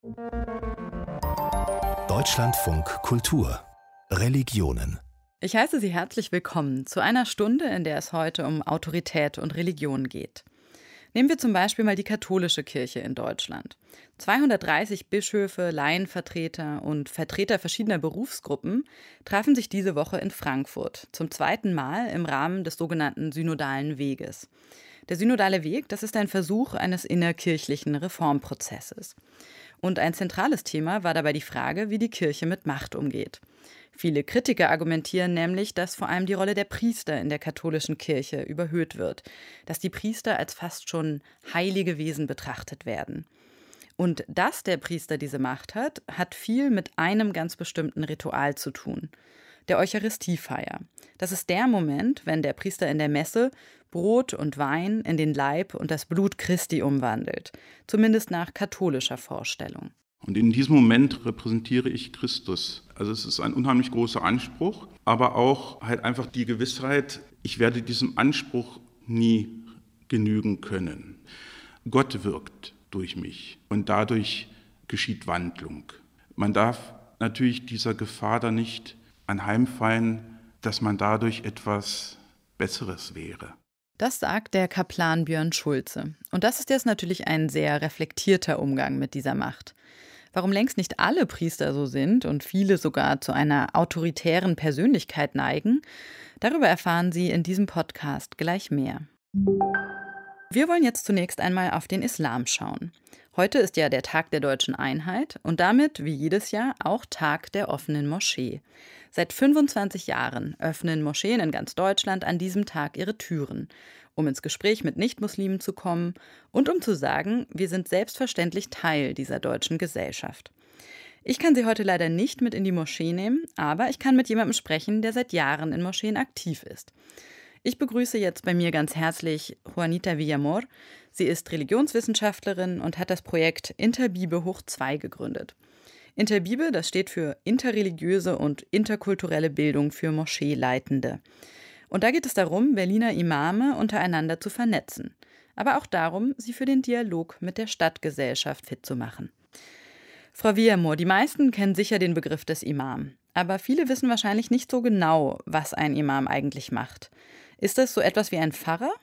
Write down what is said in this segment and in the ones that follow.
Deutschlandfunk Kultur Religionen. Ich heiße Sie herzlich willkommen zu einer Stunde, in der es heute um Autorität und Religion geht. Nehmen wir zum Beispiel mal die katholische Kirche in Deutschland. 230 Bischöfe, Laienvertreter und Vertreter verschiedener Berufsgruppen trafen sich diese Woche in Frankfurt, zum zweiten Mal im Rahmen des sogenannten Synodalen Weges. Der Synodale Weg, das ist ein Versuch eines innerkirchlichen Reformprozesses. Und ein zentrales Thema war dabei die Frage, wie die Kirche mit Macht umgeht. Viele Kritiker argumentieren nämlich, dass vor allem die Rolle der Priester in der katholischen Kirche überhöht wird, dass die Priester als fast schon heilige Wesen betrachtet werden. Und dass der Priester diese Macht hat, hat viel mit einem ganz bestimmten Ritual zu tun: der Eucharistiefeier. Das ist der Moment, wenn der Priester in der Messe Brot und Wein in den Leib und das Blut Christi umwandelt, zumindest nach katholischer Vorstellung. Und in diesem Moment repräsentiere ich Christus. Also es ist ein unheimlich großer Anspruch, aber auch halt einfach die Gewissheit, ich werde diesem Anspruch nie genügen können. Gott wirkt durch mich und dadurch geschieht Wandlung. Man darf natürlich dieser Gefahr da nicht anheimfallen, dass man dadurch etwas Besseres wäre. Das sagt der Kaplan Björn Schulze. Und das ist jetzt natürlich ein sehr reflektierter Umgang mit dieser Macht. Warum längst nicht alle Priester so sind und viele sogar zu einer autoritären Persönlichkeit neigen, darüber erfahren Sie in diesem Podcast gleich mehr. Wir wollen jetzt zunächst einmal auf den Islam schauen. Heute ist ja der Tag der Deutschen Einheit und damit, wie jedes Jahr, auch Tag der offenen Moschee. Seit 25 Jahren öffnen Moscheen in ganz Deutschland an diesem Tag ihre Türen, um ins Gespräch mit Nichtmuslimen zu kommen und um zu sagen, wir sind selbstverständlich Teil dieser deutschen Gesellschaft. Ich kann Sie heute leider nicht mit in die Moschee nehmen, aber ich kann mit jemandem sprechen, der seit Jahren in Moscheen aktiv ist. Ich begrüße jetzt bei mir ganz herzlich Juanita Villamor. Sie ist Religionswissenschaftlerin und hat das Projekt Interbibe hoch 2 gegründet. Interbibe, das steht für interreligiöse und interkulturelle Bildung für Moscheeleitende. Und da geht es darum, Berliner Imame untereinander zu vernetzen. Aber auch darum, sie für den Dialog mit der Stadtgesellschaft fit zu machen. Frau Villamor, die meisten kennen sicher den Begriff des Imam. Aber viele wissen wahrscheinlich nicht so genau, was ein Imam eigentlich macht. Ist das so etwas wie ein Pfarrer?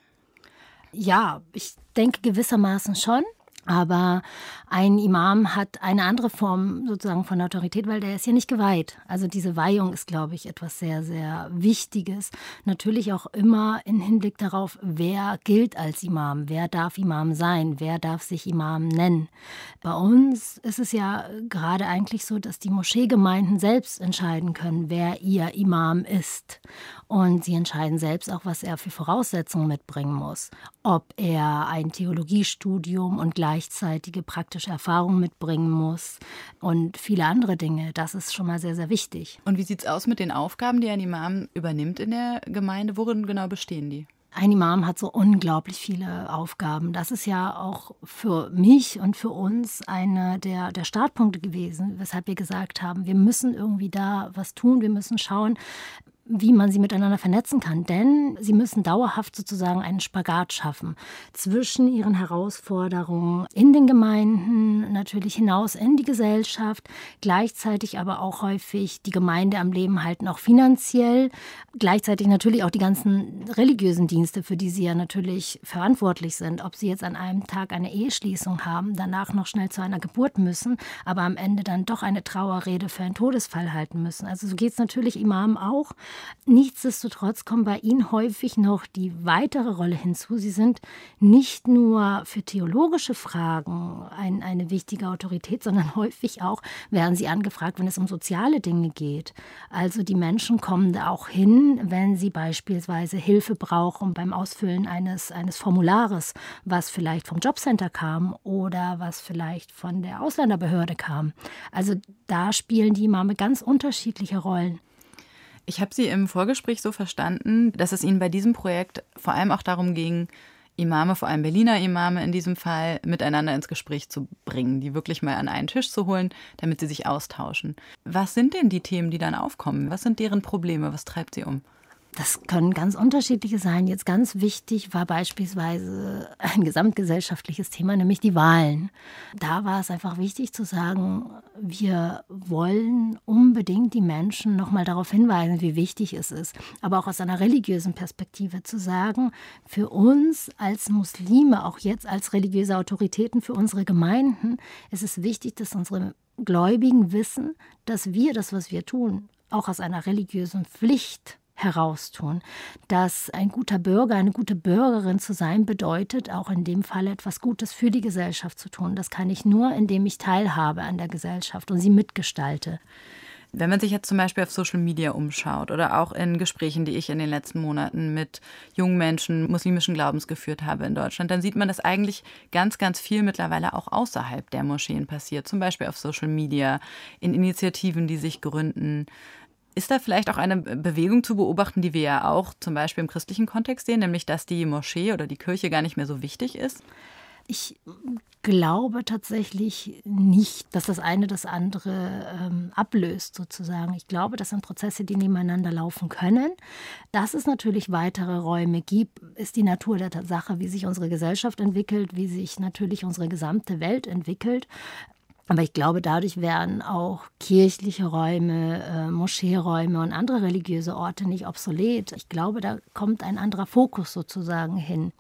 Ja, ich denke gewissermaßen schon. Aber ein Imam hat eine andere Form sozusagen von Autorität, weil der ist ja nicht geweiht. Also diese Weihung ist, glaube ich, etwas sehr, sehr Wichtiges. Natürlich auch immer im Hinblick darauf, wer gilt als Imam, wer darf Imam sein, wer darf sich Imam nennen. Bei uns ist es ja gerade eigentlich so, dass die Moscheegemeinden selbst entscheiden können, wer ihr Imam ist. Und sie entscheiden selbst auch, was er für Voraussetzungen mitbringen muss. Ob er ein Theologiestudium und gleichzeitige praktische Erfahrung mitbringen muss und viele andere Dinge. Das ist schon mal sehr, sehr wichtig. Und wie sieht es aus mit den Aufgaben, die ein Imam übernimmt in der Gemeinde? Worin genau bestehen die? Ein Imam hat so unglaublich viele Aufgaben. Das ist ja auch für mich und für uns einer der Startpunkte gewesen, weshalb wir gesagt haben, wir müssen irgendwie da was tun, wir müssen schauen, wie man sie miteinander vernetzen kann. Denn sie müssen dauerhaft sozusagen einen Spagat schaffen zwischen ihren Herausforderungen in den Gemeinden, natürlich hinaus in die Gesellschaft, gleichzeitig aber auch häufig die Gemeinde am Leben halten, auch finanziell, gleichzeitig natürlich auch die ganzen religiösen Dienste, für die sie ja natürlich verantwortlich sind. Ob sie jetzt an einem Tag eine Eheschließung haben, danach noch schnell zu einer Geburt müssen, aber am Ende dann doch eine Trauerrede für einen Todesfall halten müssen. Also so geht es natürlich Imamen auch. Nichtsdestotrotz kommt bei ihnen häufig noch die weitere Rolle hinzu. Sie sind nicht nur für theologische Fragen eine wichtige Autorität, sondern häufig auch werden sie angefragt, wenn es um soziale Dinge geht. Also die Menschen kommen da auch hin, wenn sie beispielsweise Hilfe brauchen beim Ausfüllen eines Formulares, was vielleicht vom Jobcenter kam oder was vielleicht von der Ausländerbehörde kam. Also da spielen die Imame ganz unterschiedliche Rollen. Ich habe Sie im Vorgespräch so verstanden, dass es Ihnen bei diesem Projekt vor allem auch darum ging, Imame, vor allem Berliner Imame in diesem Fall, miteinander ins Gespräch zu bringen, die wirklich mal an einen Tisch zu holen, damit sie sich austauschen. Was sind denn die Themen, die dann aufkommen? Was sind deren Probleme? Was treibt sie um? Das können ganz unterschiedliche sein. Jetzt ganz wichtig war beispielsweise ein gesamtgesellschaftliches Thema, nämlich die Wahlen. Da war es einfach wichtig zu sagen, wir wollen unbedingt die Menschen noch mal darauf hinweisen, wie wichtig es ist. Aber auch aus einer religiösen Perspektive zu sagen, für uns als Muslime, auch jetzt als religiöse Autoritäten für unsere Gemeinden, ist es wichtig, dass unsere Gläubigen wissen, dass wir das, was wir tun, auch aus einer religiösen Pflicht heraustun, dass ein guter Bürger, eine gute Bürgerin zu sein bedeutet, auch in dem Fall etwas Gutes für die Gesellschaft zu tun. Das kann ich nur, indem ich teilhabe an der Gesellschaft und sie mitgestalte. Wenn man sich jetzt zum Beispiel auf Social Media umschaut oder auch in Gesprächen, die ich in den letzten Monaten mit jungen Menschen muslimischen Glaubens geführt habe in Deutschland, dann sieht man, dass eigentlich ganz, ganz viel mittlerweile auch außerhalb der Moscheen passiert. Zum Beispiel auf Social Media, in Initiativen, die sich gründen. Ist da vielleicht auch eine Bewegung zu beobachten, die wir ja auch zum Beispiel im christlichen Kontext sehen, nämlich dass die Moschee oder die Kirche gar nicht mehr so wichtig ist? Ich glaube tatsächlich nicht, dass das eine das andere ablöst sozusagen. Ich glaube, das sind Prozesse, die nebeneinander laufen können. Dass es natürlich weitere Räume gibt, ist die Natur der Sache, wie sich unsere Gesellschaft entwickelt, wie sich natürlich unsere gesamte Welt entwickelt. Aber ich glaube, dadurch werden auch kirchliche Räume, Moscheeräume und andere religiöse Orte nicht obsolet. Ich glaube, da kommt ein anderer Fokus sozusagen hin.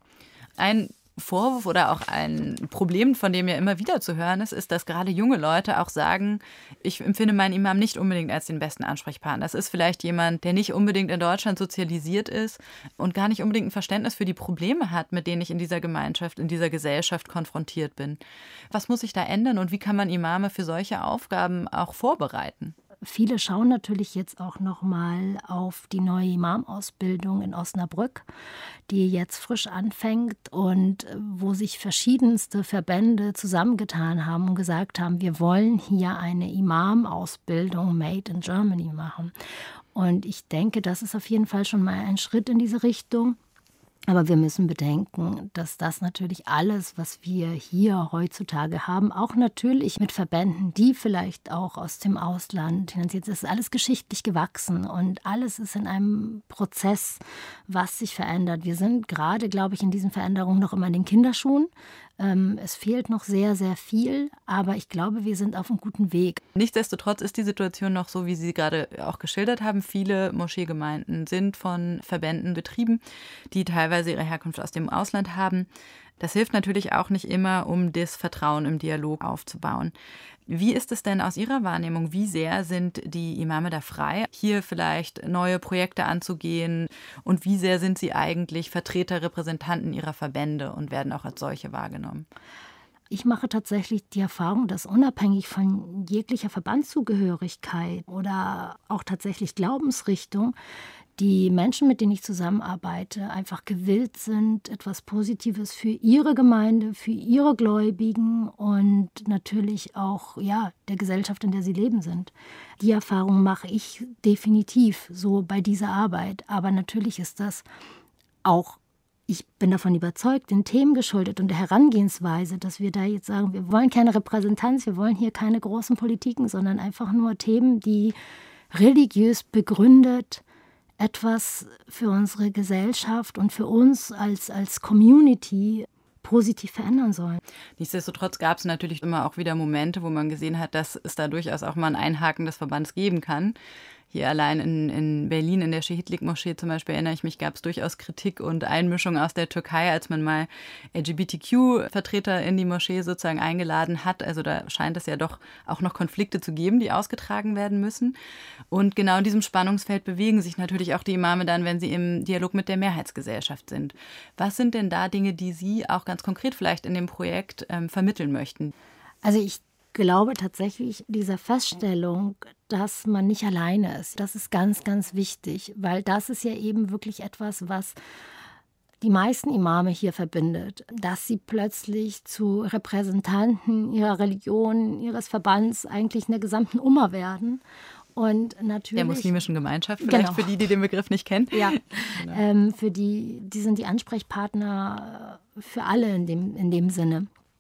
Ein Vorwurf oder auch ein Problem, von dem ja immer wieder zu hören ist, dass gerade junge Leute auch sagen, ich empfinde meinen Imam nicht unbedingt als den besten Ansprechpartner. Das ist vielleicht jemand, der nicht unbedingt in Deutschland sozialisiert ist und gar nicht unbedingt ein Verständnis für die Probleme hat, mit denen ich in dieser Gemeinschaft, in dieser Gesellschaft konfrontiert bin. Was muss sich da ändern und wie kann man Imame für solche Aufgaben auch vorbereiten? Viele schauen natürlich jetzt auch noch mal auf die neue Imam-Ausbildung in Osnabrück, die jetzt frisch anfängt und wo sich verschiedenste Verbände zusammengetan haben und gesagt haben, wir wollen hier eine Imam-Ausbildung made in Germany machen. Und ich denke, das ist auf jeden Fall schon mal ein Schritt in diese Richtung. Aber wir müssen bedenken, dass das natürlich alles, was wir hier heutzutage haben, auch natürlich mit Verbänden, die vielleicht auch aus dem Ausland finanziert sind, ist alles geschichtlich gewachsen und alles ist in einem Prozess, was sich verändert. Wir sind gerade, glaube ich, in diesen Veränderungen noch immer in den Kinderschuhen. Es fehlt noch sehr, sehr viel, aber ich glaube, wir sind auf einem guten Weg. Nichtsdestotrotz ist die Situation noch so, wie Sie gerade auch geschildert haben. Viele Moscheegemeinden sind von Verbänden betrieben, die teilweise ihre Herkunft aus dem Ausland haben. Das hilft natürlich auch nicht immer, um das Vertrauen im Dialog aufzubauen. Wie ist es denn aus Ihrer Wahrnehmung? Wie sehr sind die Imame da frei, hier vielleicht neue Projekte anzugehen? Und wie sehr sind sie eigentlich Vertreter, Repräsentanten ihrer Verbände und werden auch als solche wahrgenommen? Ich mache tatsächlich die Erfahrung, dass unabhängig von jeglicher Verbandszugehörigkeit oder auch tatsächlich Glaubensrichtung die Menschen, mit denen ich zusammenarbeite, einfach gewillt sind, etwas Positives für ihre Gemeinde, für ihre Gläubigen und natürlich auch der Gesellschaft, in der sie leben sind. Die Erfahrung mache ich definitiv so bei dieser Arbeit. Aber natürlich ist das auch, ich bin davon überzeugt, den Themen geschuldet und der Herangehensweise, dass wir da jetzt sagen, wir wollen keine Repräsentanz, wir wollen hier keine großen Politiken, sondern einfach nur Themen, die religiös begründet etwas für unsere Gesellschaft und für uns als Community positiv verändern sollen. Nichtsdestotrotz gab es natürlich immer auch wieder Momente, wo man gesehen hat, dass es da durchaus auch mal ein Einhaken des Verbands geben kann. Hier allein in Berlin, in der Şehitlik-Moschee zum Beispiel, erinnere ich mich, gab es durchaus Kritik und Einmischung aus der Türkei, als man mal LGBTQ-Vertreter in die Moschee sozusagen eingeladen hat. Also da scheint es ja doch auch noch Konflikte zu geben, die ausgetragen werden müssen. Und genau in diesem Spannungsfeld bewegen sich natürlich auch die Imame dann, wenn sie im Dialog mit der Mehrheitsgesellschaft sind. Was sind denn da Dinge, die Sie auch ganz konkret vielleicht in dem Projekt vermitteln möchten? Also ich glaube tatsächlich dieser Feststellung, dass man nicht alleine ist, das ist ganz, ganz wichtig, weil das ist ja eben wirklich etwas, was die meisten Imame hier verbindet, dass sie plötzlich zu Repräsentanten ihrer Religion, ihres Verbands, eigentlich in der gesamten Umma werden. Und natürlich der muslimischen Gemeinschaft vielleicht, genau. Für die den Begriff nicht kennen. Ja, genau. Für die sind die Ansprechpartner für alle in dem Sinne.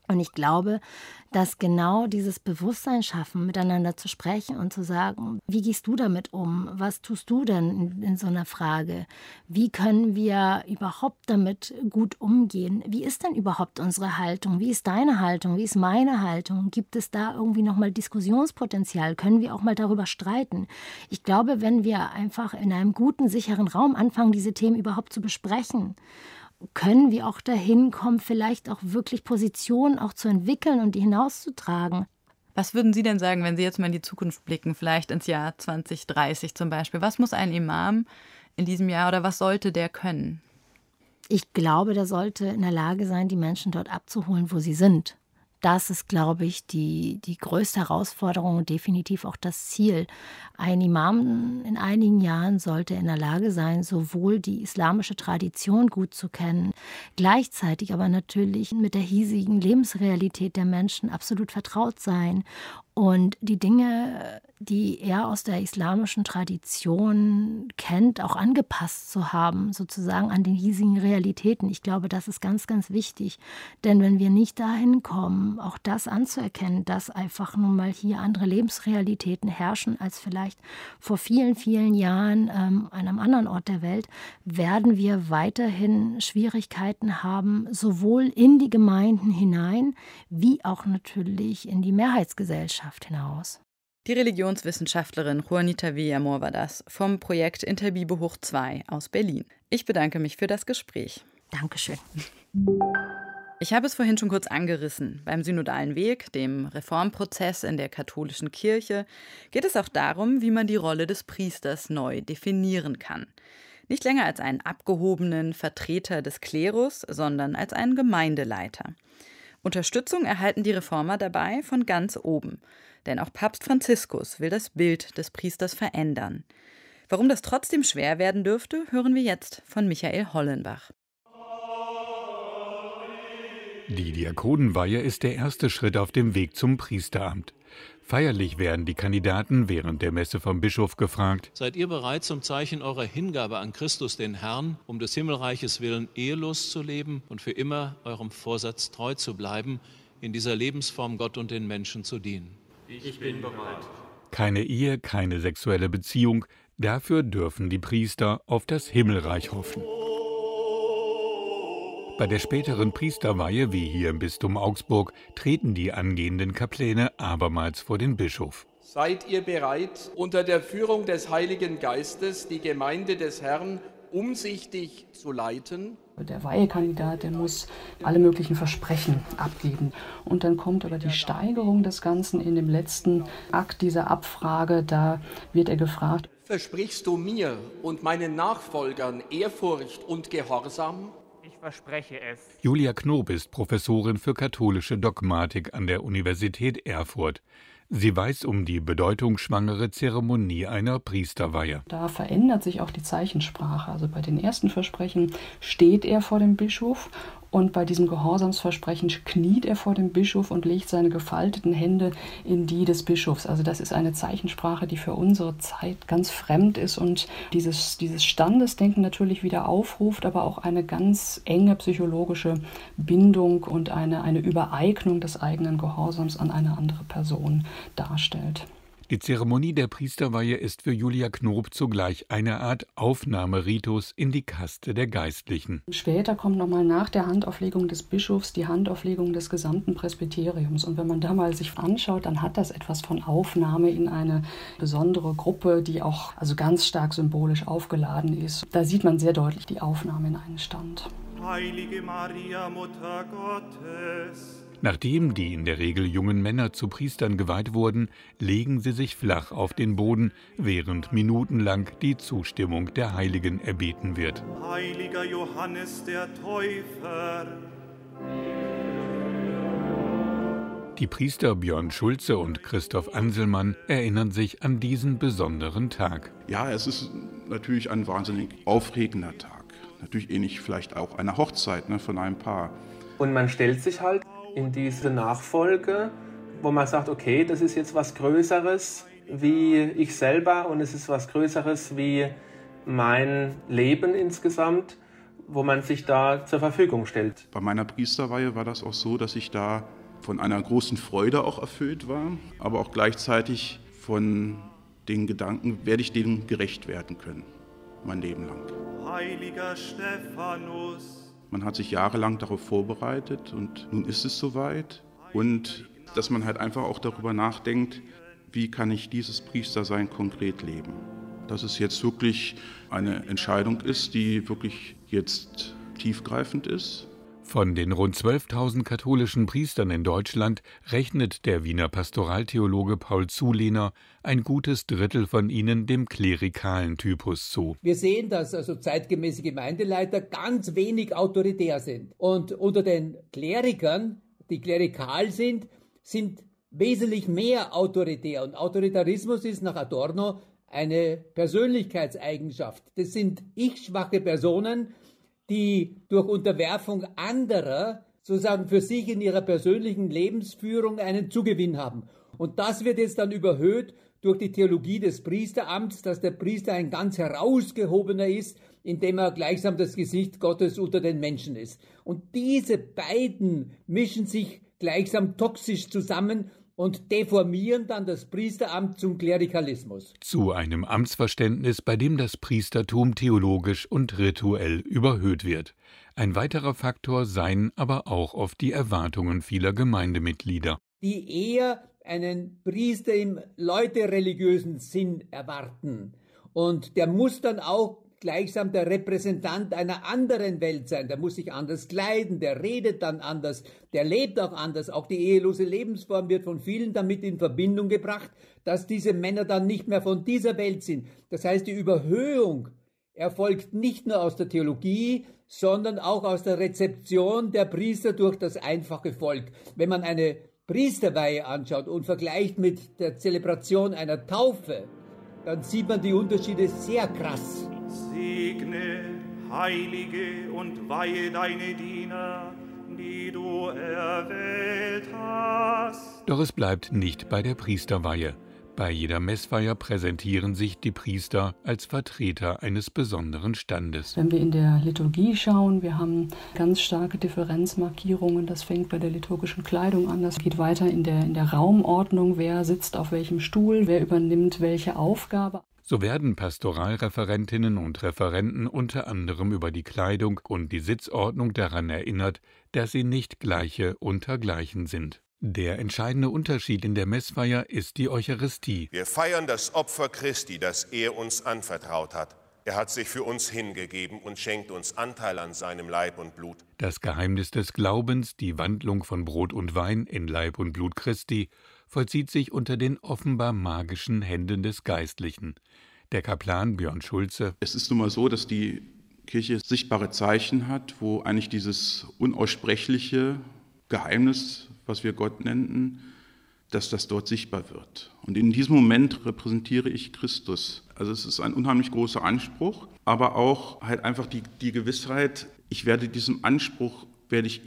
Und ich glaube, dass genau dieses Bewusstsein schaffen, miteinander zu sprechen und zu sagen, wie gehst du damit um? Was tust du denn in so einer Frage? Wie können wir überhaupt damit gut umgehen? Wie ist denn überhaupt unsere Haltung? Wie ist deine Haltung? Wie ist meine Haltung? Gibt es da irgendwie nochmal Diskussionspotenzial? Können wir auch mal darüber streiten? Ich glaube, wenn wir einfach in einem guten, sicheren Raum anfangen, diese Themen überhaupt zu besprechen, können wir auch dahin kommen, vielleicht auch wirklich Positionen auch zu entwickeln und die hinauszutragen. Was würden Sie denn sagen, wenn Sie jetzt mal in die Zukunft blicken, vielleicht ins Jahr 2030 zum Beispiel? Was muss ein Imam in diesem Jahr oder was sollte der können? Ich glaube, der sollte in der Lage sein, die Menschen dort abzuholen, wo sie sind. Das ist, glaube ich, die größte Herausforderung und definitiv auch das Ziel. Ein Imam in einigen Jahren sollte in der Lage sein, sowohl die islamische Tradition gut zu kennen, gleichzeitig aber natürlich mit der hiesigen Lebensrealität der Menschen absolut vertraut sein und die Dinge, die er aus der islamischen Tradition kennt, auch angepasst zu haben, sozusagen an den hiesigen Realitäten. Ich glaube, das ist ganz, ganz wichtig. Denn wenn wir nicht dahin kommen, auch das anzuerkennen, dass einfach nun mal hier andere Lebensrealitäten herrschen als vielleicht vor vielen, vielen Jahren an einem anderen Ort der Welt, werden wir weiterhin Schwierigkeiten haben, sowohl in die Gemeinden hinein, wie auch natürlich in die Mehrheitsgesellschaft hinaus. Die Religionswissenschaftlerin Juanita Villamor war das vom Projekt Interbibe hoch 2 aus Berlin. Ich bedanke mich für das Gespräch. Dankeschön. Ich habe es vorhin schon kurz angerissen. Beim synodalen Weg, dem Reformprozess in der katholischen Kirche, geht es auch darum, wie man die Rolle des Priesters neu definieren kann. Nicht länger als einen abgehobenen Vertreter des Klerus, sondern als einen Gemeindeleiter. Unterstützung erhalten die Reformer dabei von ganz oben. Denn auch Papst Franziskus will das Bild des Priesters verändern. Warum das trotzdem schwer werden dürfte, hören wir jetzt von Michael Hollenbach. Die Diakonenweihe ist der erste Schritt auf dem Weg zum Priesteramt. Feierlich werden die Kandidaten während der Messe vom Bischof gefragt: Seid ihr bereit, zum Zeichen eurer Hingabe an Christus, den Herrn, um des Himmelreiches willen ehelos zu leben und für immer eurem Vorsatz treu zu bleiben, in dieser Lebensform Gott und den Menschen zu dienen? Ich bin bereit. Keine Ehe, keine sexuelle Beziehung, dafür dürfen die Priester auf das Himmelreich hoffen. Bei der späteren Priesterweihe, wie hier im Bistum Augsburg, treten die angehenden Kapläne abermals vor den Bischof. Seid ihr bereit, unter der Führung des Heiligen Geistes die Gemeinde des Herrn umsichtig zu leiten? Der Weihekandidat, der muss alle möglichen Versprechen abgeben. Und dann kommt aber die Steigerung des Ganzen in dem letzten Akt dieser Abfrage. Da wird er gefragt: Versprichst du mir und meinen Nachfolgern Ehrfurcht und Gehorsam? Ich verspreche es. Julia Knob ist Professorin für katholische Dogmatik an der Universität Erfurt. Sie weiß um die bedeutungsschwangere Zeremonie einer Priesterweihe. Da verändert sich auch die Zeichensprache. Also bei den ersten Versprechen steht er vor dem Bischof und bei diesem Gehorsamsversprechen kniet er vor dem Bischof und legt seine gefalteten Hände in die des Bischofs. Also das ist eine Zeichensprache, die für unsere Zeit ganz fremd ist und dieses Standesdenken natürlich wieder aufruft, aber auch eine ganz enge psychologische Bindung und eine Übereignung des eigenen Gehorsams an eine andere Person darstellt. Die Zeremonie der Priesterweihe ist für Julia Knob zugleich eine Art Aufnahmeritus in die Kaste der Geistlichen. Später kommt nochmal nach der Handauflegung des Bischofs die Handauflegung des gesamten Presbyteriums. Und wenn man da mal sich anschaut, dann hat das etwas von Aufnahme in eine besondere Gruppe, die auch also ganz stark symbolisch aufgeladen ist. Da sieht man sehr deutlich die Aufnahme in einen Stand. Heilige Maria, Mutter Gottes. Nachdem die in der Regel jungen Männer zu Priestern geweiht wurden, legen sie sich flach auf den Boden, während minutenlang die Zustimmung der Heiligen erbeten wird. Heiliger Johannes der Täufer. Die Priester Björn Schulze und Christoph Anselmann erinnern sich an diesen besonderen Tag. Ja, es ist natürlich ein wahnsinnig aufregender Tag. Natürlich ähnlich vielleicht auch einer Hochzeit von einem Paar. Und man stellt sich halt in diese Nachfolge, wo man sagt, okay, das ist jetzt was Größeres wie ich selber und es ist was Größeres wie mein Leben insgesamt, wo man sich da zur Verfügung stellt. Bei meiner Priesterweihe war das auch so, dass ich da von einer großen Freude auch erfüllt war, aber auch gleichzeitig von den Gedanken, werde ich denen gerecht werden können, mein Leben lang. Heiliger Stephanus. Man hat sich jahrelang darauf vorbereitet und nun ist es soweit. Und dass man halt einfach auch darüber nachdenkt, wie kann ich dieses Priestersein konkret leben. Dass es jetzt wirklich eine Entscheidung ist, die wirklich jetzt tiefgreifend ist. Von den rund 12.000 katholischen Priestern in Deutschland rechnet der Wiener Pastoraltheologe Paul Zulehner ein gutes Drittel von ihnen dem klerikalen Typus zu. Wir sehen, dass also zeitgemäße Gemeindeleiter ganz wenig autoritär sind. Und unter den Klerikern, die klerikal sind wesentlich mehr autoritär. Und Autoritarismus ist nach Adorno eine Persönlichkeitseigenschaft. Das sind ich-schwache Personen, die durch Unterwerfung anderer sozusagen für sich in ihrer persönlichen Lebensführung einen Zugewinn haben. Und das wird jetzt dann überhöht durch die Theologie des Priesteramts, dass der Priester ein ganz herausgehobener ist, indem er gleichsam das Gesicht Gottes unter den Menschen ist. Und diese beiden mischen sich gleichsam toxisch zusammen und deformieren dann das Priesteramt zum Klerikalismus. Zu einem Amtsverständnis, bei dem das Priestertum theologisch und rituell überhöht wird. Ein weiterer Faktor seien aber auch oft die Erwartungen vieler Gemeindemitglieder, die eher einen Priester im leutereligiösen Sinn erwarten. Und der muss dann auch gleichsam der Repräsentant einer anderen Welt sein. Der muss sich anders kleiden, der redet dann anders, der lebt auch anders. Auch die ehelose Lebensform wird von vielen damit in Verbindung gebracht, dass diese Männer dann nicht mehr von dieser Welt sind. Das heißt, die Überhöhung erfolgt nicht nur aus der Theologie, sondern auch aus der Rezeption der Priester durch das einfache Volk. Wenn man eine Priesterweihe anschaut und vergleicht mit der Zelebration einer Taufe, dann sieht man die Unterschiede sehr krass. Segne, heilige und weihe deine Diener, die du erwählt hast. Doch es bleibt nicht bei der Priesterweihe. Bei jeder Messfeier präsentieren sich die Priester als Vertreter eines besonderen Standes. Wenn wir in der Liturgie schauen, wir haben ganz starke Differenzmarkierungen. Das fängt bei der liturgischen Kleidung an. Das geht weiter in der Raumordnung. Wer sitzt auf welchem Stuhl, wer übernimmt welche Aufgabe. So werden Pastoralreferentinnen und Referenten unter anderem über die Kleidung und die Sitzordnung daran erinnert, dass sie nicht Gleiche unter Gleichen sind. Der entscheidende Unterschied in der Messfeier ist die Eucharistie. Wir feiern das Opfer Christi, das er uns anvertraut hat. Er hat sich für uns hingegeben und schenkt uns Anteil an seinem Leib und Blut. Das Geheimnis des Glaubens, die Wandlung von Brot und Wein in Leib und Blut Christi, vollzieht sich unter den offenbar magischen Händen des Geistlichen. Der Kaplan Björn Schulze. Es ist nun mal so, dass die Kirche sichtbare Zeichen hat, wo eigentlich dieses unaussprechliche Geheimnis, was wir Gott nennen, dass das dort sichtbar wird. Und in diesem Moment repräsentiere ich Christus. Also es ist ein unheimlich großer Anspruch, aber auch halt einfach die Gewissheit, ich werde diesem Anspruch, werde ich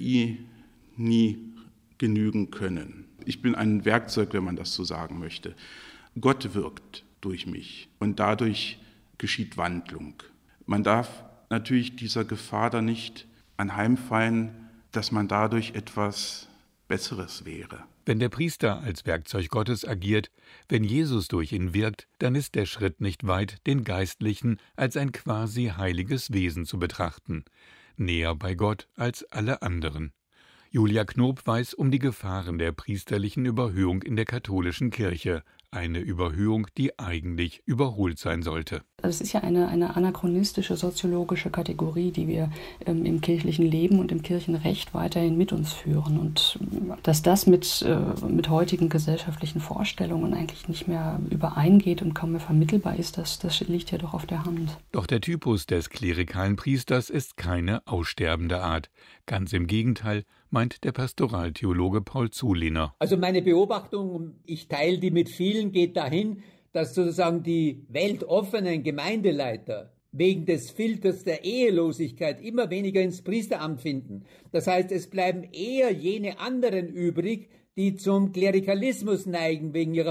nie genügen können. Ich bin ein Werkzeug, wenn man das so sagen möchte. Gott wirkt durch mich und dadurch geschieht Wandlung. Man darf natürlich dieser Gefahr da nicht anheimfallen, dass man dadurch etwas Besseres wäre. Wenn der Priester als Werkzeug Gottes agiert, wenn Jesus durch ihn wirkt, dann ist der Schritt nicht weit, den Geistlichen als ein quasi heiliges Wesen zu betrachten, näher bei Gott als alle anderen. Julia Knob weiß um die Gefahren der priesterlichen Überhöhung in der katholischen Kirche. Eine Überhöhung, die eigentlich überholt sein sollte. Das ist ja eine anachronistische soziologische Kategorie, die wir im kirchlichen Leben und im Kirchenrecht weiterhin mit uns führen. Und dass das mit heutigen gesellschaftlichen Vorstellungen eigentlich nicht mehr übereingeht und kaum mehr vermittelbar ist, das liegt ja doch auf der Hand. Doch der Typus des klerikalen Priesters ist keine aussterbende Art. Ganz im Gegenteil, meint der Pastoraltheologe Paul Zulehner. Also meine Beobachtung, ich teile die mit vielen, geht dahin, dass sozusagen die weltoffenen Gemeindeleiter wegen des Filters der Ehelosigkeit immer weniger ins Priesteramt finden. Das heißt, es bleiben eher jene anderen übrig, die zum Klerikalismus neigen wegen ihrer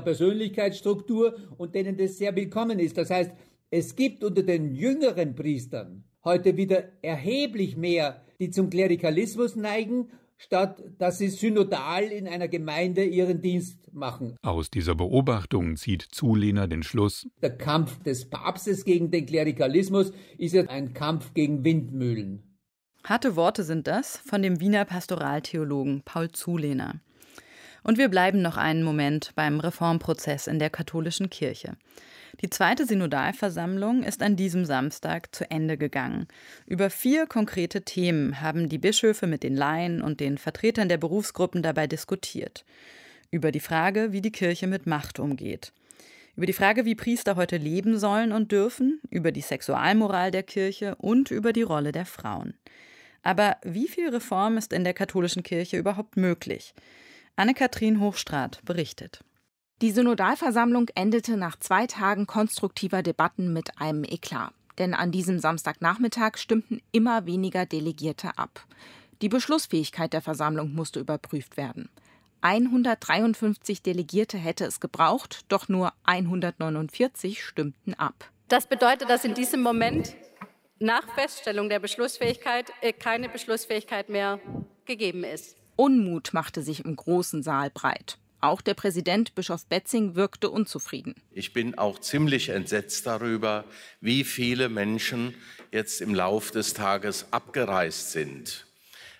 Persönlichkeitsstruktur und denen das sehr willkommen ist. Das heißt, es gibt unter den jüngeren Priestern heute wieder erheblich mehr, die zum Klerikalismus neigen, statt dass sie synodal in einer Gemeinde ihren Dienst machen. Aus dieser Beobachtung zieht Zulehner den Schluss: Der Kampf des Papstes gegen den Klerikalismus ist ja ein Kampf gegen Windmühlen. Harte Worte sind das von dem Wiener Pastoraltheologen Paul Zulehner. Und wir bleiben noch einen Moment beim Reformprozess in der katholischen Kirche. Die zweite Synodalversammlung ist an diesem Samstag zu Ende gegangen. Über 4 konkrete Themen haben die Bischöfe mit den Laien und den Vertretern der Berufsgruppen dabei diskutiert. Über die Frage, wie die Kirche mit Macht umgeht. Über die Frage, wie Priester heute leben sollen und dürfen, über die Sexualmoral der Kirche und über die Rolle der Frauen. Aber wie viel Reform ist in der katholischen Kirche überhaupt möglich? Anne-Kathrin Hochstraat berichtet. Die Synodalversammlung endete nach 2 Tagen konstruktiver Debatten mit einem Eklat. Denn an diesem Samstagnachmittag stimmten immer weniger Delegierte ab. Die Beschlussfähigkeit der Versammlung musste überprüft werden. 153 Delegierte hätte es gebraucht, doch nur 149 stimmten ab. Das bedeutet, dass in diesem Moment nach Feststellung der Beschlussfähigkeit keine Beschlussfähigkeit mehr gegeben ist. Unmut machte sich im großen Saal breit. Auch der Präsident, Bischof Betzing, wirkte unzufrieden. Ich bin auch ziemlich entsetzt darüber, wie viele Menschen jetzt im Lauf des Tages abgereist sind.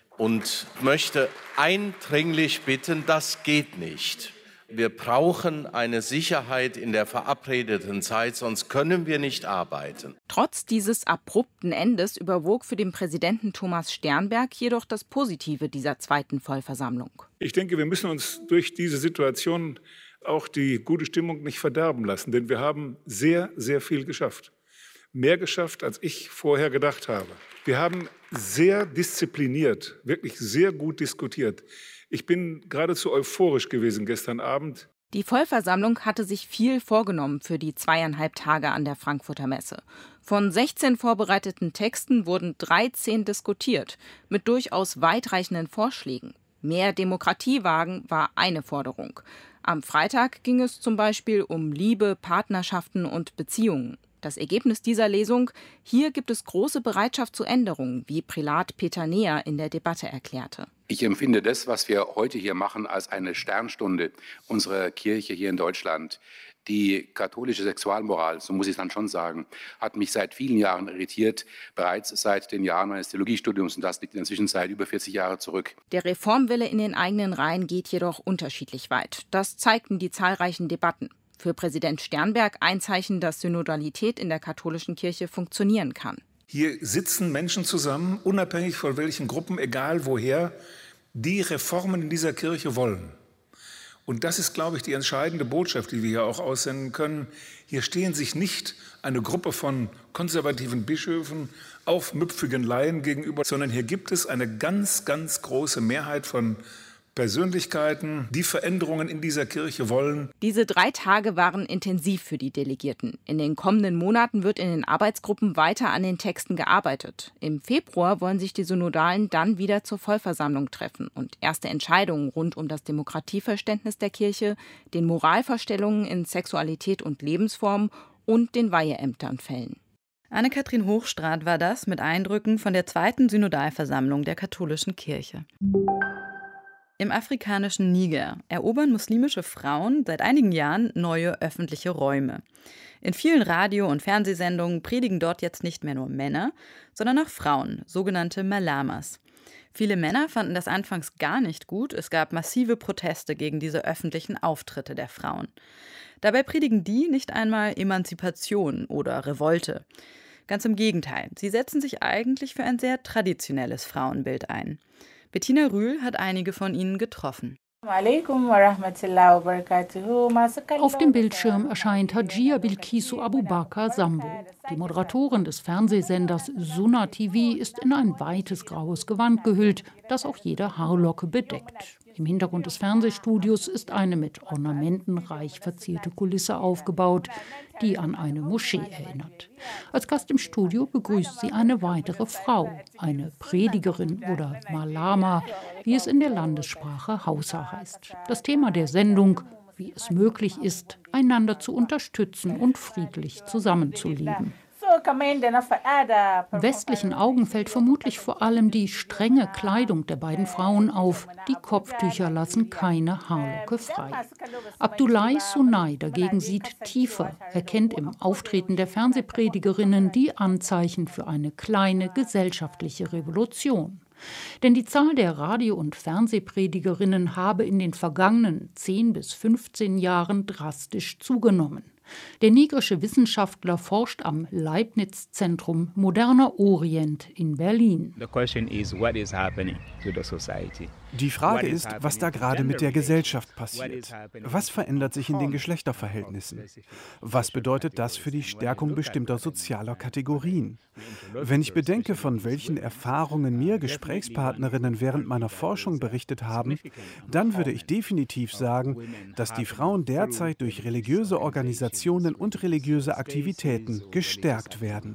Und möchte eindringlich bitten, das geht nicht. Wir brauchen eine Sicherheit in der verabredeten Zeit, sonst können wir nicht arbeiten. Trotz dieses abrupten Endes überwog für den Präsidenten Thomas Sternberg jedoch das Positive dieser zweiten Vollversammlung. Ich denke, wir müssen uns durch diese Situation auch die gute Stimmung nicht verderben lassen, denn wir haben sehr, sehr viel geschafft. Mehr geschafft, als ich vorher gedacht habe. Wir haben sehr diszipliniert, wirklich sehr gut diskutiert. Ich bin geradezu euphorisch gewesen gestern Abend. Die Vollversammlung hatte sich viel vorgenommen für die 2,5 Tage an der Frankfurter Messe. Von 16 vorbereiteten Texten wurden 13 diskutiert, mit durchaus weitreichenden Vorschlägen. Mehr Demokratie wagen war eine Forderung. Am Freitag ging es zum Beispiel um Liebe, Partnerschaften und Beziehungen. Das Ergebnis dieser Lesung: Hier gibt es große Bereitschaft zu Änderungen, wie Prälat Peter Neher in der Debatte erklärte. Ich empfinde das, was wir heute hier machen, als eine Sternstunde unserer Kirche hier in Deutschland. Die katholische Sexualmoral, so muss ich dann schon sagen, hat mich seit vielen Jahren irritiert, bereits seit den Jahren meines Theologiestudiums, und das liegt in der Zwischenzeit über 40 Jahre zurück. Der Reformwille in den eigenen Reihen geht jedoch unterschiedlich weit. Das zeigten die zahlreichen Debatten. Für Präsident Sternberg ein Zeichen, dass Synodalität in der katholischen Kirche funktionieren kann. Hier sitzen Menschen zusammen, unabhängig von welchen Gruppen, egal woher, die Reformen in dieser Kirche wollen. Und das ist, glaube ich, die entscheidende Botschaft, die wir hier auch aussenden können. Hier stehen sich nicht eine Gruppe von konservativen Bischöfen, aufmüpfigen Laien gegenüber, sondern hier gibt es eine ganz, ganz große Mehrheit von Persönlichkeiten, die Veränderungen in dieser Kirche wollen. Diese 3 Tage waren intensiv für die Delegierten. In den kommenden Monaten wird in den Arbeitsgruppen weiter an den Texten gearbeitet. Im Februar wollen sich die Synodalen dann wieder zur Vollversammlung treffen und erste Entscheidungen rund um das Demokratieverständnis der Kirche, den Moralvorstellungen in Sexualität und Lebensform und den Weiheämtern fällen. Anne-Kathrin Hochstraat war das mit Eindrücken von der zweiten Synodalversammlung der katholischen Kirche. Im afrikanischen Niger erobern muslimische Frauen seit einigen Jahren neue öffentliche Räume. In vielen Radio- und Fernsehsendungen predigen dort jetzt nicht mehr nur Männer, sondern auch Frauen, sogenannte Malamas. Viele Männer fanden das anfangs gar nicht gut. Es gab massive Proteste gegen diese öffentlichen Auftritte der Frauen. Dabei predigen die nicht einmal Emanzipation oder Revolte. Ganz im Gegenteil, sie setzen sich eigentlich für ein sehr traditionelles Frauenbild ein. Bettina Rühl hat einige von ihnen getroffen. Auf dem Bildschirm erscheint Hajia Bilkisu Abubakar Sambo. Die Moderatorin des Fernsehsenders Sunna TV ist in ein weites graues Gewand gehüllt, das auch jede Haarlocke bedeckt. Im Hintergrund des Fernsehstudios ist eine mit Ornamenten reich verzierte Kulisse aufgebaut, die an eine Moschee erinnert. Als Gast im Studio begrüßt sie eine weitere Frau, eine Predigerin oder Malama, wie es in der Landessprache Hausa heißt. Das Thema der Sendung: wie es möglich ist, einander zu unterstützen und friedlich zusammenzuleben. Westlichen Augen fällt vermutlich vor allem die strenge Kleidung der beiden Frauen auf. Die Kopftücher lassen keine Haarlocke frei. Abdoulaye Sunay dagegen sieht tiefer, erkennt im Auftreten der Fernsehpredigerinnen die Anzeichen für eine kleine gesellschaftliche Revolution. Denn die Zahl der Radio- und Fernsehpredigerinnen habe in den vergangenen 10 bis 15 Jahren drastisch zugenommen. Der nigrische Wissenschaftler forscht am Leibniz-Zentrum Moderner Orient in Berlin. Die Frage ist, was da gerade mit der Gesellschaft passiert. Was verändert sich in den Geschlechterverhältnissen? Was bedeutet das für die Stärkung bestimmter sozialer Kategorien? Wenn ich bedenke, von welchen Erfahrungen mir Gesprächspartnerinnen während meiner Forschung berichtet haben, dann würde ich definitiv sagen, dass die Frauen derzeit durch religiöse Organisationen und religiöse Aktivitäten gestärkt werden.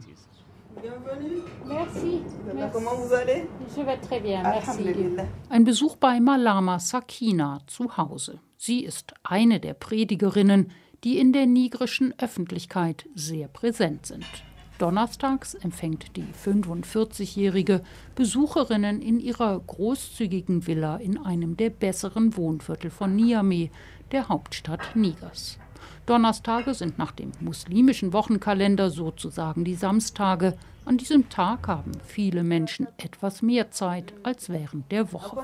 Ein Besuch bei Malama Sakina zu Hause. Sie ist eine der Predigerinnen, die in der nigrischen Öffentlichkeit sehr präsent sind. Donnerstags empfängt die 45-jährige Besucherinnen in ihrer großzügigen Villa in einem der besseren Wohnviertel von Niamey, der Hauptstadt Nigers. Donnerstage sind nach dem muslimischen Wochenkalender sozusagen die Samstage. An diesem Tag haben viele Menschen etwas mehr Zeit als während der Woche.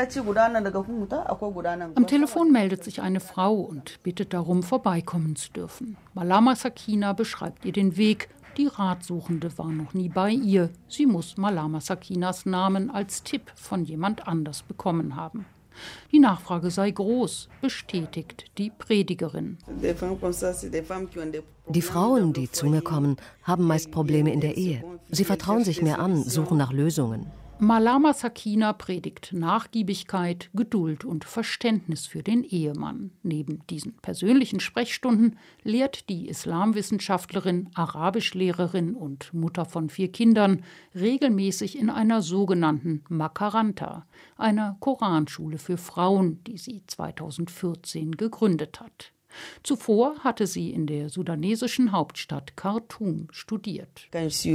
Am Telefon meldet sich eine Frau und bittet darum, vorbeikommen zu dürfen. Malama Sakina beschreibt ihr den Weg. Die Ratsuchende war noch nie bei ihr. Sie muss Malama Sakinas Namen als Tipp von jemand anders bekommen haben. Die Nachfrage sei groß, bestätigt die Predigerin. Die Frauen, die zu mir kommen, haben meist Probleme in der Ehe. Sie vertrauen sich mir an, suchen nach Lösungen. Malama Sakina predigt Nachgiebigkeit, Geduld und Verständnis für den Ehemann. Neben diesen persönlichen Sprechstunden lehrt die Islamwissenschaftlerin, Arabischlehrerin und Mutter von 4 Kindern regelmäßig in einer sogenannten Makaranta, einer Koranschule für Frauen, die sie 2014 gegründet hat. Zuvor hatte sie in der sudanesischen Hauptstadt Khartoum studiert. Als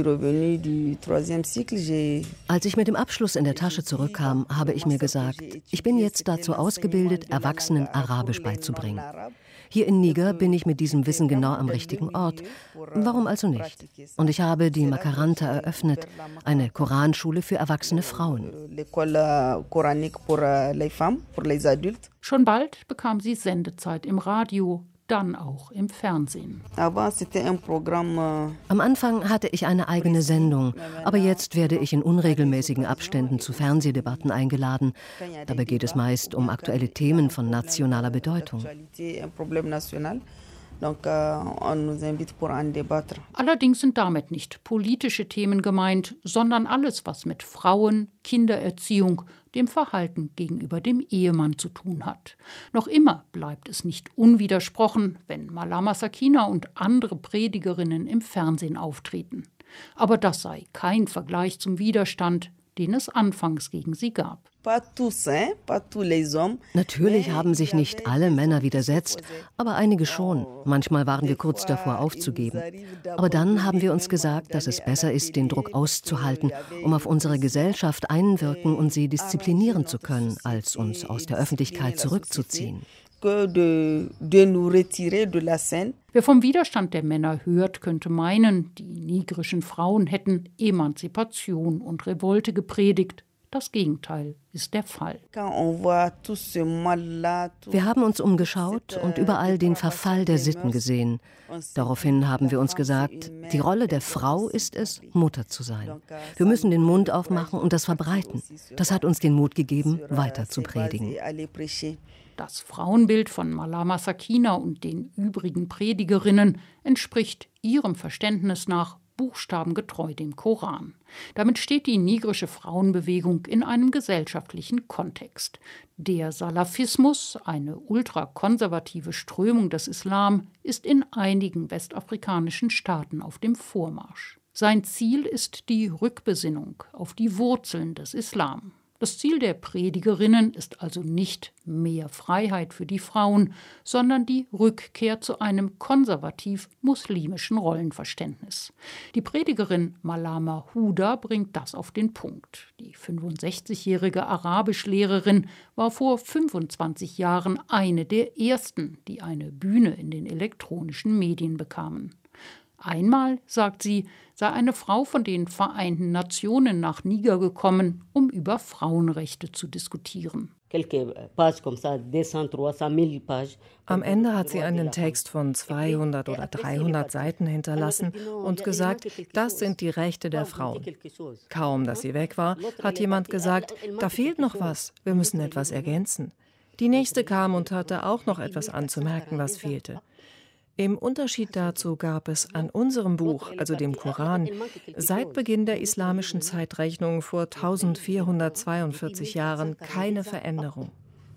ich mit dem Abschluss in der Tasche zurückkam, habe ich mir gesagt, ich bin jetzt dazu ausgebildet, Erwachsenen Arabisch beizubringen. Hier in Niger bin ich mit diesem Wissen genau am richtigen Ort. Warum also nicht? Und ich habe die Makaranta eröffnet, eine Koranschule für erwachsene Frauen. Schon bald bekam sie Sendezeit im Radio, dann auch im Fernsehen. Am Anfang hatte ich eine eigene Sendung, aber jetzt werde ich in unregelmäßigen Abständen zu Fernsehdebatten eingeladen. Dabei geht es meist um aktuelle Themen von nationaler Bedeutung. Allerdings sind damit nicht politische Themen gemeint, sondern alles, was mit Frauen, Kindererziehung, dem Verhalten gegenüber dem Ehemann zu tun hat. Noch immer bleibt es nicht unwidersprochen, wenn Malama Sakina und andere Predigerinnen im Fernsehen auftreten. Aber das sei kein Vergleich zum Widerstand, den es anfangs gegen sie gab. Natürlich haben sich nicht alle Männer widersetzt, aber einige schon. Manchmal waren wir kurz davor aufzugeben. Aber dann haben wir uns gesagt, dass es besser ist, den Druck auszuhalten, um auf unsere Gesellschaft einwirken und sie disziplinieren zu können, als uns aus der Öffentlichkeit zurückzuziehen. Wer vom Widerstand der Männer hört, könnte meinen, die nigrischen Frauen hätten Emanzipation und Revolte gepredigt. Das Gegenteil ist der Fall. Wir haben uns umgeschaut und überall den Verfall der Sitten gesehen. Daraufhin haben wir uns gesagt, die Rolle der Frau ist es, Mutter zu sein. Wir müssen den Mund aufmachen und das verbreiten. Das hat uns den Mut gegeben, weiter zu predigen. Das Frauenbild von Malama Sakina und den übrigen Predigerinnen entspricht ihrem Verständnis nach buchstabengetreu dem Koran. Damit steht die nigrische Frauenbewegung in einem gesellschaftlichen Kontext. Der Salafismus, eine ultrakonservative Strömung des Islam, ist in einigen westafrikanischen Staaten auf dem Vormarsch. Sein Ziel ist die Rückbesinnung auf die Wurzeln des Islam. Das Ziel der Predigerinnen ist also nicht mehr Freiheit für die Frauen, sondern die Rückkehr zu einem konservativ-muslimischen Rollenverständnis. Die Predigerin Malama Huda bringt das auf den Punkt. Die 65-jährige Arabischlehrerin war vor 25 Jahren eine der ersten, die eine Bühne in den elektronischen Medien bekamen. Einmal, sagt sie, sei eine Frau von den Vereinten Nationen nach Niger gekommen, um über Frauenrechte zu diskutieren. Am Ende hat sie einen Text von 200 oder 300 Seiten hinterlassen und gesagt, das sind die Rechte der Frauen. Kaum, dass sie weg war, hat jemand gesagt, da fehlt noch was, wir müssen etwas ergänzen. Die nächste kam und hatte auch noch etwas anzumerken, was fehlte. Im Unterschied dazu gab es an unserem Buch, also dem Koran, seit Beginn der islamischen Zeitrechnung vor 1442 Jahren keine Veränderung.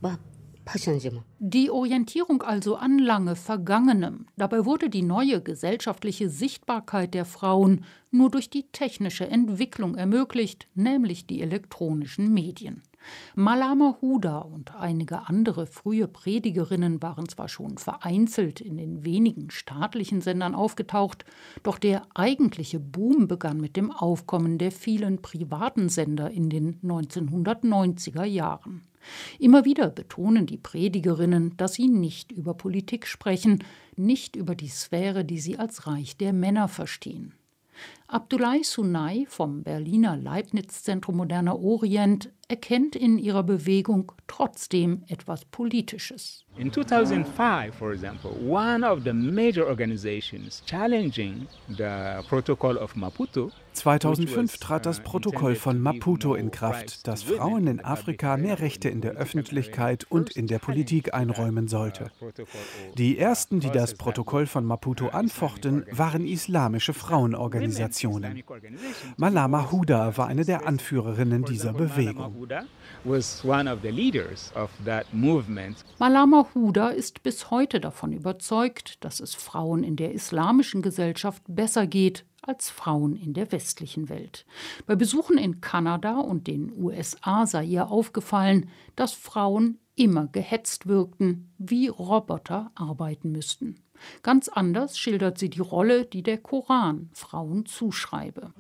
Die Orientierung also an lange Vergangenem. Dabei wurde die neue gesellschaftliche Sichtbarkeit der Frauen nur durch die technische Entwicklung ermöglicht, nämlich die elektronischen Medien. Malama Huda und einige andere frühe Predigerinnen waren zwar schon vereinzelt in den wenigen staatlichen Sendern aufgetaucht, doch der eigentliche Boom begann mit dem Aufkommen der vielen privaten Sender in den 1990er Jahren. Immer wieder betonen die Predigerinnen, dass sie nicht über Politik sprechen, nicht über die Sphäre, die sie als Reich der Männer verstehen. Abdoulaye Sunay vom Berliner Leibniz-Zentrum Moderner Orient erkennt in ihrer Bewegung trotzdem etwas Politisches. In 2005, for example, one of the major organizations challenging the Protocol of Maputo. 2005 trat das Protokoll von Maputo in Kraft, das Frauen in Afrika mehr Rechte in der Öffentlichkeit und in der Politik einräumen sollte. Die ersten, die das Protokoll von Maputo anfochten, waren islamische Frauenorganisationen. Malama Huda war eine der Anführerinnen dieser Bewegung. Malama Huda ist bis heute davon überzeugt, dass es Frauen in der islamischen Gesellschaft besser geht als Frauen in der westlichen Welt. Bei Besuchen in Kanada und den USA sei ihr aufgefallen, dass Frauen immer gehetzt wirkten, wie Roboter arbeiten müssten. Ganz anders schildert sie die Rolle, die der Koran Frauen zuschreibe.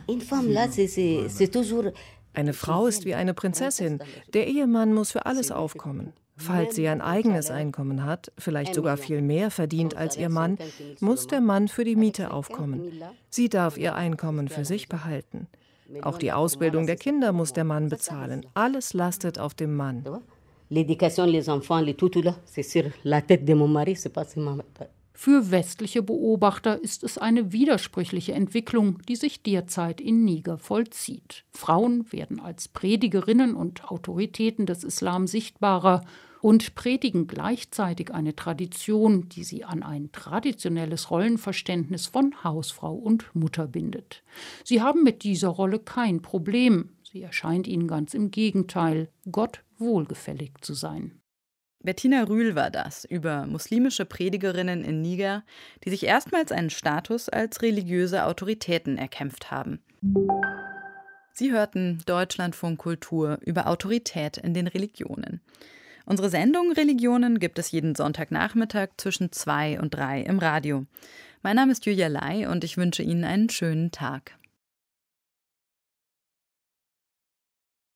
Eine Frau ist wie eine Prinzessin. Der Ehemann muss für alles aufkommen. Falls sie ein eigenes Einkommen hat, vielleicht sogar viel mehr verdient als ihr Mann, muss der Mann für die Miete aufkommen. Sie darf ihr Einkommen für sich behalten. Auch die Ausbildung der Kinder muss der Mann bezahlen. Alles lastet auf dem Mann. Für westliche Beobachter ist es eine widersprüchliche Entwicklung, die sich derzeit in Niger vollzieht. Frauen werden als Predigerinnen und Autoritäten des Islam sichtbarer und predigen gleichzeitig eine Tradition, die sie an ein traditionelles Rollenverständnis von Hausfrau und Mutter bindet. Sie haben mit dieser Rolle kein Problem. Sie erscheint ihnen ganz im Gegenteil, Gott wohlgefällig zu sein. Bettina Rühl war das über muslimische Predigerinnen in Niger, die sich erstmals einen Status als religiöse Autoritäten erkämpft haben. Sie hörten Deutschlandfunk Kultur über Autorität in den Religionen. Unsere Sendung Religionen gibt es jeden Sonntagnachmittag zwischen 2 und 3 im Radio. Mein Name ist Julia Lai und ich wünsche Ihnen einen schönen Tag.